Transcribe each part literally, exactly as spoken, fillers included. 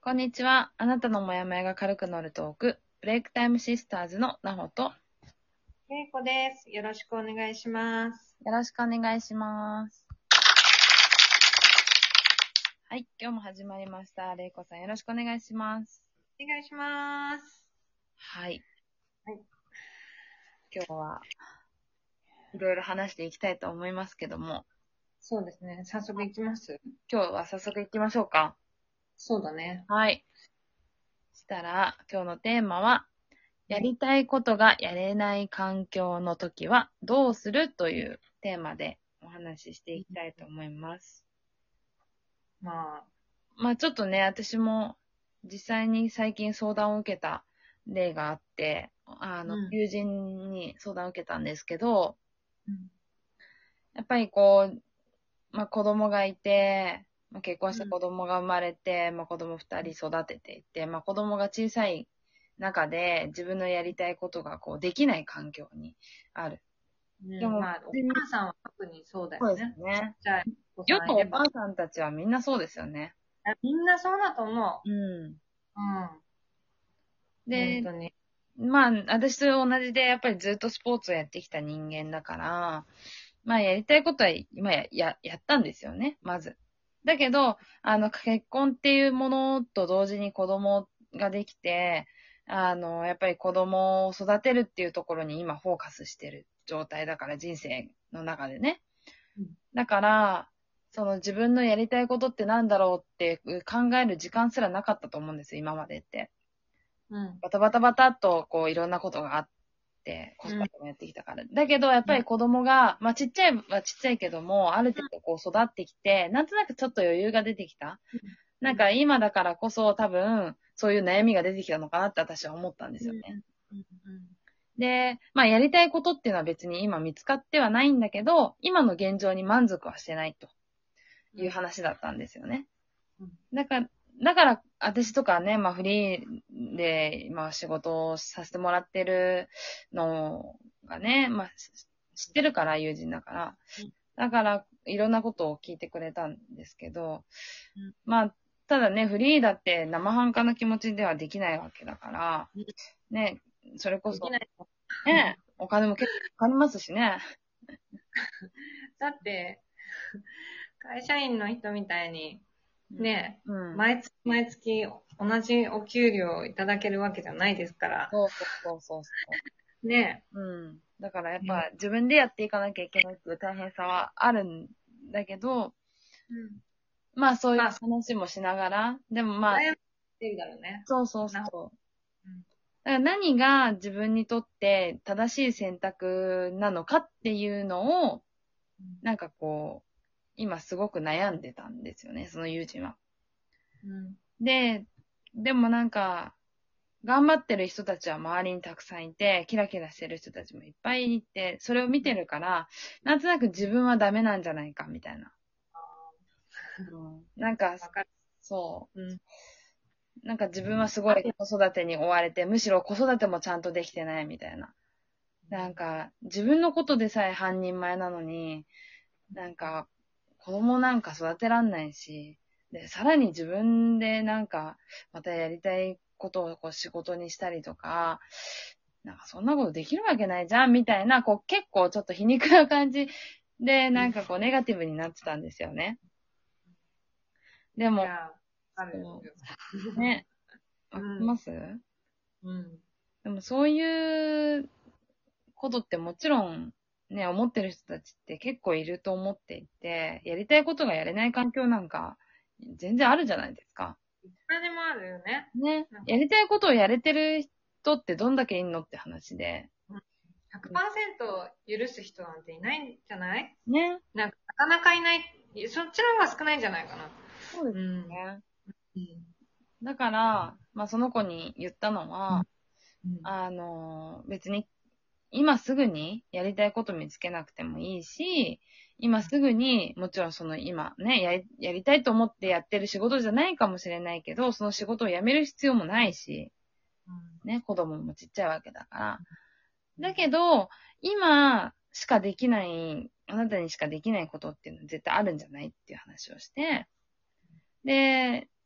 こんにちは。あなたのモヤモヤが軽くなるトーク、ブレイクタイムシスターズのなほと、 けいこです。よろしくお願いします。 よろしくお願いします。はい、今日も始まりました。れいこさんよろしくお願いします。 お願いします。 はい。 はい。 今日はいろいろ話していきたいと思いますけども、 そうですね。早速行きます。 今日は早速行きましょうか。 そうだね。 はい。したら、今日のテーマは、やりたいことがやれない環境の時はどうするというテーマでお話ししていきたいと思います。 まあ、 まあちょっとね、私も実際に最近相談を受けた例があって、あの、 うん。 友人に相談を受けたんですけど、 うん。 やっぱりこう、まあ子供がいて、まあ、結婚してうん。 子供が生まれて、まあ子供二人育てていて、まあ子供が小さい中で自分のやりたいことがこうできない環境にある。でも、 うん、まあ、お別に母さんは特にそうだよそうですね。ちっね。 ちゃいお子世さんいれば。 とお母さんたちはみんなそうですよね。 あ、みんなそうだと思うん。 う。うん。本で、 当に。 まあ、私と同じで、やっぱりずっとスポーツをやってきた人間だから、まあ、やりたいことは今や、や、やったんですよね、まず。だけど、あの、結婚っていうものと同時に子供ができて、あの、やっぱり子供を育てるっていうところに今フォーカスしてる状態だから、人生の中でね。 うん。 だから、その自分のやりたいことってなんだろうって考える時間すらなかったと思うんですよ、今までって。 うん。 バタバタバタっと、こう、いろんなことがあって、子うん。 育てもやってきたから。だけど、やっぱり子供が、まあ、ちっちゃいはちっちゃいけども、ある程度こう育ってきて、なんとなくちょっと余裕が出てきた。なんか今だからこそ多分、そういう悩みが出てきたのかなって私は思ったんですうん。 よね。 うん。 で、まあ、やりたいことっていうのは別に今見つかってはないんだけど、今の現状に満足はしてないという話だったんですよね。 うん。 だから、だから、私とかね、まあフリーで、まあ仕事をさせてもらってるのがね、まあ知ってるから友人だから。だから、いろんなことを聞いてくれたんですけど、 うん。 まあ、ただね、フリーだって生半可な気持ちではできないわけだから、 うん。 ね、それこそ、 できない。 ね、お金も結構かかりますしね。 だって、会社員の人みたいに、ね、 うん。 毎月毎月同じお給料をいただけるわけじゃないですから。 そうそうそうそうそね。 う。うん。だからやっね。 ぱ自分でやっていかなきゃいけないっていう大変さはあるんだけど、 うん。 まあそういうまあ、 話もしながら、でもまあ、 悩んでるだろうね。 そうそうなそう。 うん。 だから何が自分にとって正しい選択なのかっていうのを、なんかこう、今すごく悩んでたんですよね、その友人は。 うん。 で、でもなんか、頑張ってる人たちは周りにたくさんいて、キラキラしてる人たちもいっぱいいて、それを見てるから、なんとなく自分はダメなんじゃないか、みたいな。うん、なんか、 わかる。 そうん。 う。なんか自分はすごい子育てに追われて、むしろ子育てもちゃんとできてないみたいな。なんか、自分のことでさえ半人前なのに、なんか、子供なんか育てらんないし、で、さらに自分でなんか、またやりたいことをこう仕事にしたりとか、なんかそんなことできるわけないじゃん、みたいな、こう結構ちょっと皮肉な感じで、なんかこうネガティブになってたんですよね。でも、 いや、あるそよ。 う、ね、わかりうん。 ます？ うん。 でもそういうことってもちろん、ね、思ってる人たちって結構いると思っていて、やりたいことがやれない環境なんか全然あるじゃないですか。 いくらでもあるよね。 ね。 なんか、 やりたいことをやれてる人ってどんだけいんのって話で。 うん、ひゃくパーセント許す人なんていないんじゃない？ ね。 なんか、なかなかいない。そっちの方が少ないんじゃないかな。 そうですうん。 ね。 うん。 だから、まあその子に言ったのうん。 は、 うん。 あの、別に今すぐにやりたいこと見つけなくてもいいし、今すぐに、もちろんその今ね、やり、やりたいと思ってやってる仕事じゃないかもしれないけど、その仕事を辞める必要もないし、ね、子供もちっちゃいわけだから。だけど、今しかできない、あなたにしかできないことっていうのは絶対あるんじゃないっていう話をして、で、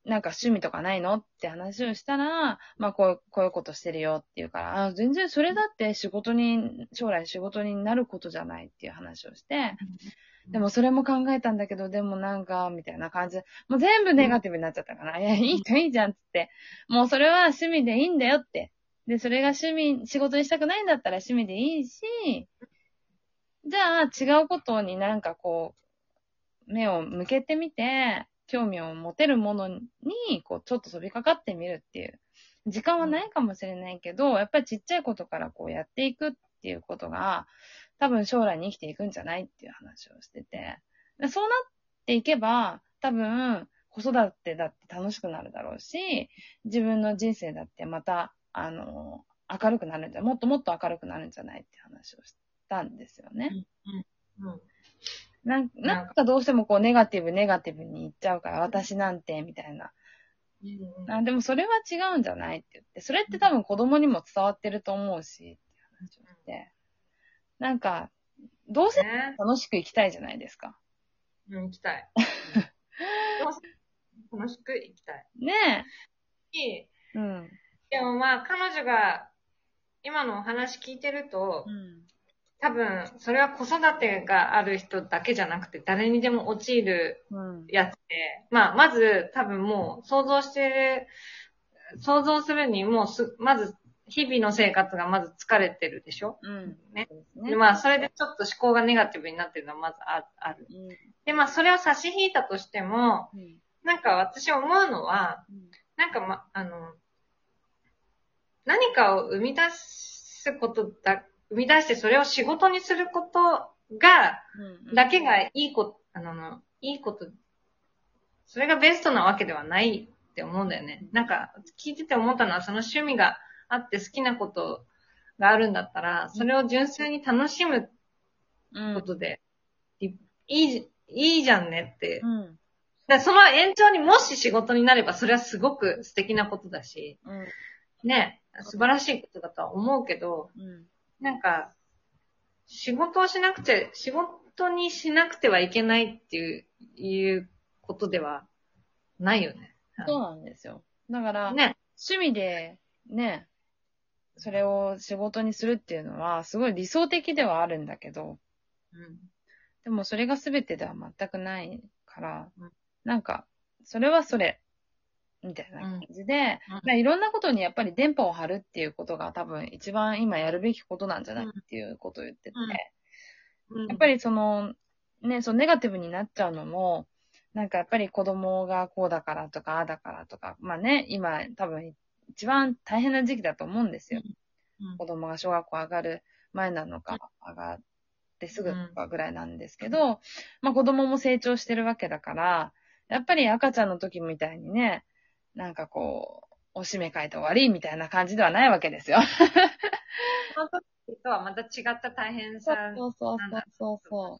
なんか趣味とかないのって話をしたら、まあこう、こういうことしてるよって言うから、あ、全然それだって仕事に、将来仕事になることじゃないっていう話をして、でもそれも考えたんだけど、でもなんか、みたいな感じで、もう全部ネガティブになっちゃったから、いや、いいじゃん、いいじゃん、つって。もうそれは趣味でいいんだよって。で、それが趣味、仕事にしたくないんだったら趣味でいいし、じゃあ違うことになんかこう、目を向けてみて、興味を持てるものに、こう、ちょっと飛びかかってみるっていう。時間はないかもしれないけど、やっぱりちっちゃいことからこうやっていくっていうことが、多分将来に生きていくんじゃないっていう話をしてて。でそうなっていけば、多分、子育てだって楽しくなるだろうし、自分の人生だってまた、あの、明るくなるんじゃ、もっともっと明るくなるんじゃないって話をしたんですよね。 うんうんうんなんなんかどうしてもこうネガティブネガティブに言っちゃうから、私なんて、みたいな。 うんあ、でもそれは違うんじゃないって言って、それって多分子供にも伝わってると思うし、っていう話をして。なんか、どうせね。 楽しく生きたいじゃないですか。 うん、行きたい。どうせ楽しく行きたい。 ねいい。 え。うん。 でもまあ、彼女が今のお話聞いてると、 うん。 多分、それは子育てがある人だけじゃなくて、誰にでも陥るうん。 やつで、まあ、まず、多分もう、想像してる、想像するに、もうす、まず、日々の生活がまず疲れてるでしょ。 うん。 ね。 そうですね。 で、まあ、それでちょっと思考がネガティブになってるのはまずあある。 うん。 で、まあ、それを差し引いたとしても、 うん。 なんか私思うのは、 うんなんかま、あの、何かを生み出すことだ、生み出してそれを仕事にすることが、 うん。 だけがいいこと、あの、いいこと、それがベストなわけではないって思うんだよね。なんか、聞いてて思ったのは、その趣味があって好きなことがあるんだったら、それを純粋に楽しむことで、いい、いいじゃんねって。 うん。 だその延長にもし仕事になれば、それはすごく素敵なことだし、 うん。 ね、素晴らしいことだとは思うけど、 うん。 なんか、仕事をしなくちゃ、仕事にしなくてはいけないっていう、いうことではないよね。 そうなんですよ。だから、 ね。 趣味で、ね、それを仕事にするっていうのは、すごい理想的ではあるんだけど、 うん。 でもそれが全てでは全くないから、 うんなんか、それはそれ、みたいな感じで、 うんまあいろんなことにやっぱり電波を張るっていうことが多分一番今やるべきことなんじゃないっていうことを言ってて、 うん。 やっぱりその、ね、そのネガティブになっちゃうのも、なんかやっぱり子供がこうだからとか、ああだからとか、まあね、今多分一番大変な時期だと思うんですよ。 うん。 子供が小学校上がる前なのか、上がってすぐかぐらいなんですけど、まあ子供も成長してるわけだから、やっぱり赤ちゃんの時みたいにね、なんかこう、おしめ書いて終わりみたいな感じではないわけですよ。 その時とはまた違った大変そうさそうそうなんだ。 そうそう。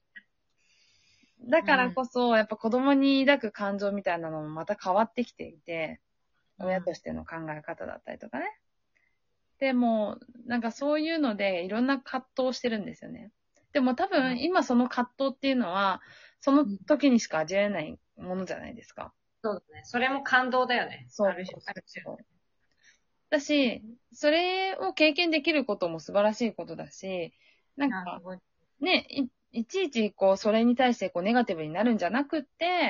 だからこそ、やっぱ子供に抱く感情みたいなのもまた変わってきていて、親としての考え方だったりとかね。でも、なんかそういうのでいろんな葛藤をしてるんですよね。でも多分今その葛藤っていうのは、その時にしか味わえないものじゃないですか。 そうだね。それも感動だよね。 そうある種。ある種そう。だし、それを経験できることも素晴らしいことだし、なんあ、 かすごい。 ね、いいちいちこうそれに対してこうネガティブになるんじゃなくって、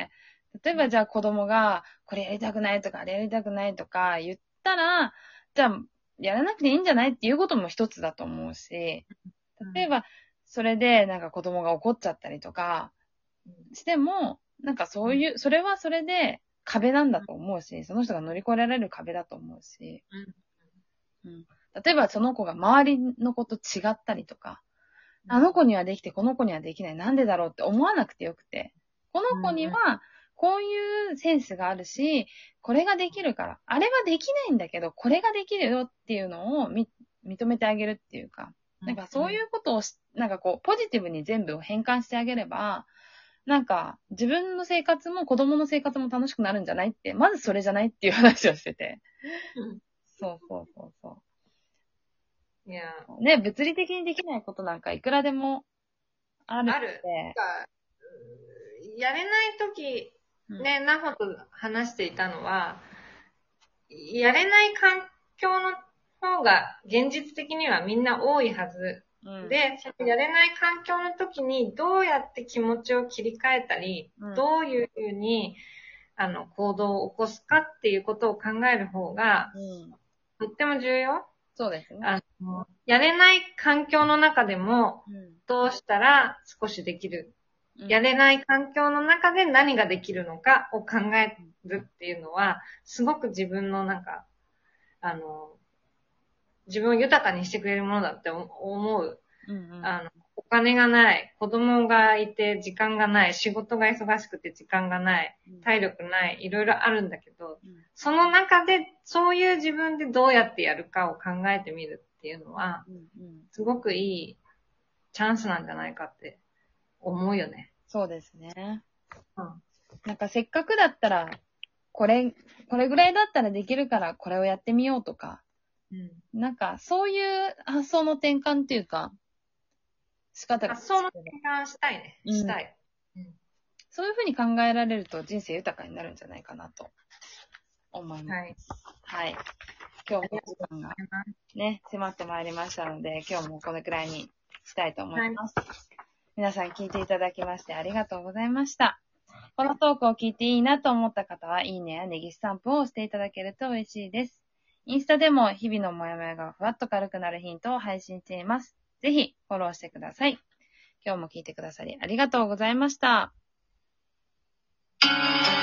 例えばじゃあ子供がこれやりたくないとかあれやりたくないとか言ったら、じゃあやらなくていいんじゃないっていうことも一つだと思うし、例えばそれでなんか子供が怒っちゃったりとかしても、なんかそういう、それはそれで壁なんだと思うし、その人が乗り越えられる壁だと思うし、うん、例えばその子が周りの子と違ったりとか、あの子にはできてこの子にはできない。なんでだろうって思わなくてよくて。この子にはこういうセンスがあるし、これができるから。あれはできないんだけど、これができるよっていうのをみ認めてあげるっていうか。なんかそういうことをし、なんかこう、ポジティブに全部を変換してあげれば、なんか自分の生活も子供の生活も楽しくなるんじゃないって、まずそれじゃないっていう話をしてて。そうそうそうそいや、 う。ね、物理的にできないことなんかいくらでもあるある。 ので、 やれないとき、 で、なほと話していたのは、やれない環境の方が現実的にはみんな多いはず。うん、で、やれない環境の時にどうやって気持ちを切り替えたり、うん、どういうふうにあの行動を起こすかっていうことを考える方が、うん、とっても重要。 そうですね。 あのやれない環境の中でも、どうしたら少しできる、うん。やれない環境の中で何ができるのかを考えるっていうのは、すごく自分のなんか、あの、自分を豊かにしてくれるものだって思う。うんうん、あのお金がない、子供がいて時間がない、仕事が忙しくて時間がない、体力ない、いろいろあるんだけど、うん、その中でそういう自分でどうやってやるかを考えてみるっていうのは、うんうん、すごくいいチャンスなんじゃないかって思うよね。 そうですね。うん、なんかせっかくだったら、これ、これぐらいだったらできるからこれをやってみようとか、うん、なんかそういう発想の転換っていうか、仕方が。 発想の転換したいね。したい、 うんうん。そういうふうに考えられると人生豊かになるんじゃないかなと思います。はい。はい。今日も時間がね、迫ってまいりましたので、今日もこのくらいにしたいと思います。はい、皆さん聞いていただきましてありがとうございました。このトークを聞いていいなと思った方は、いいねやネギスタンプを押していただけると嬉しいです。インスタでも日々のモヤモヤがふわっと軽くなるヒントを配信しています。ぜひフォローしてください。今日も聞いてくださりありがとうございました。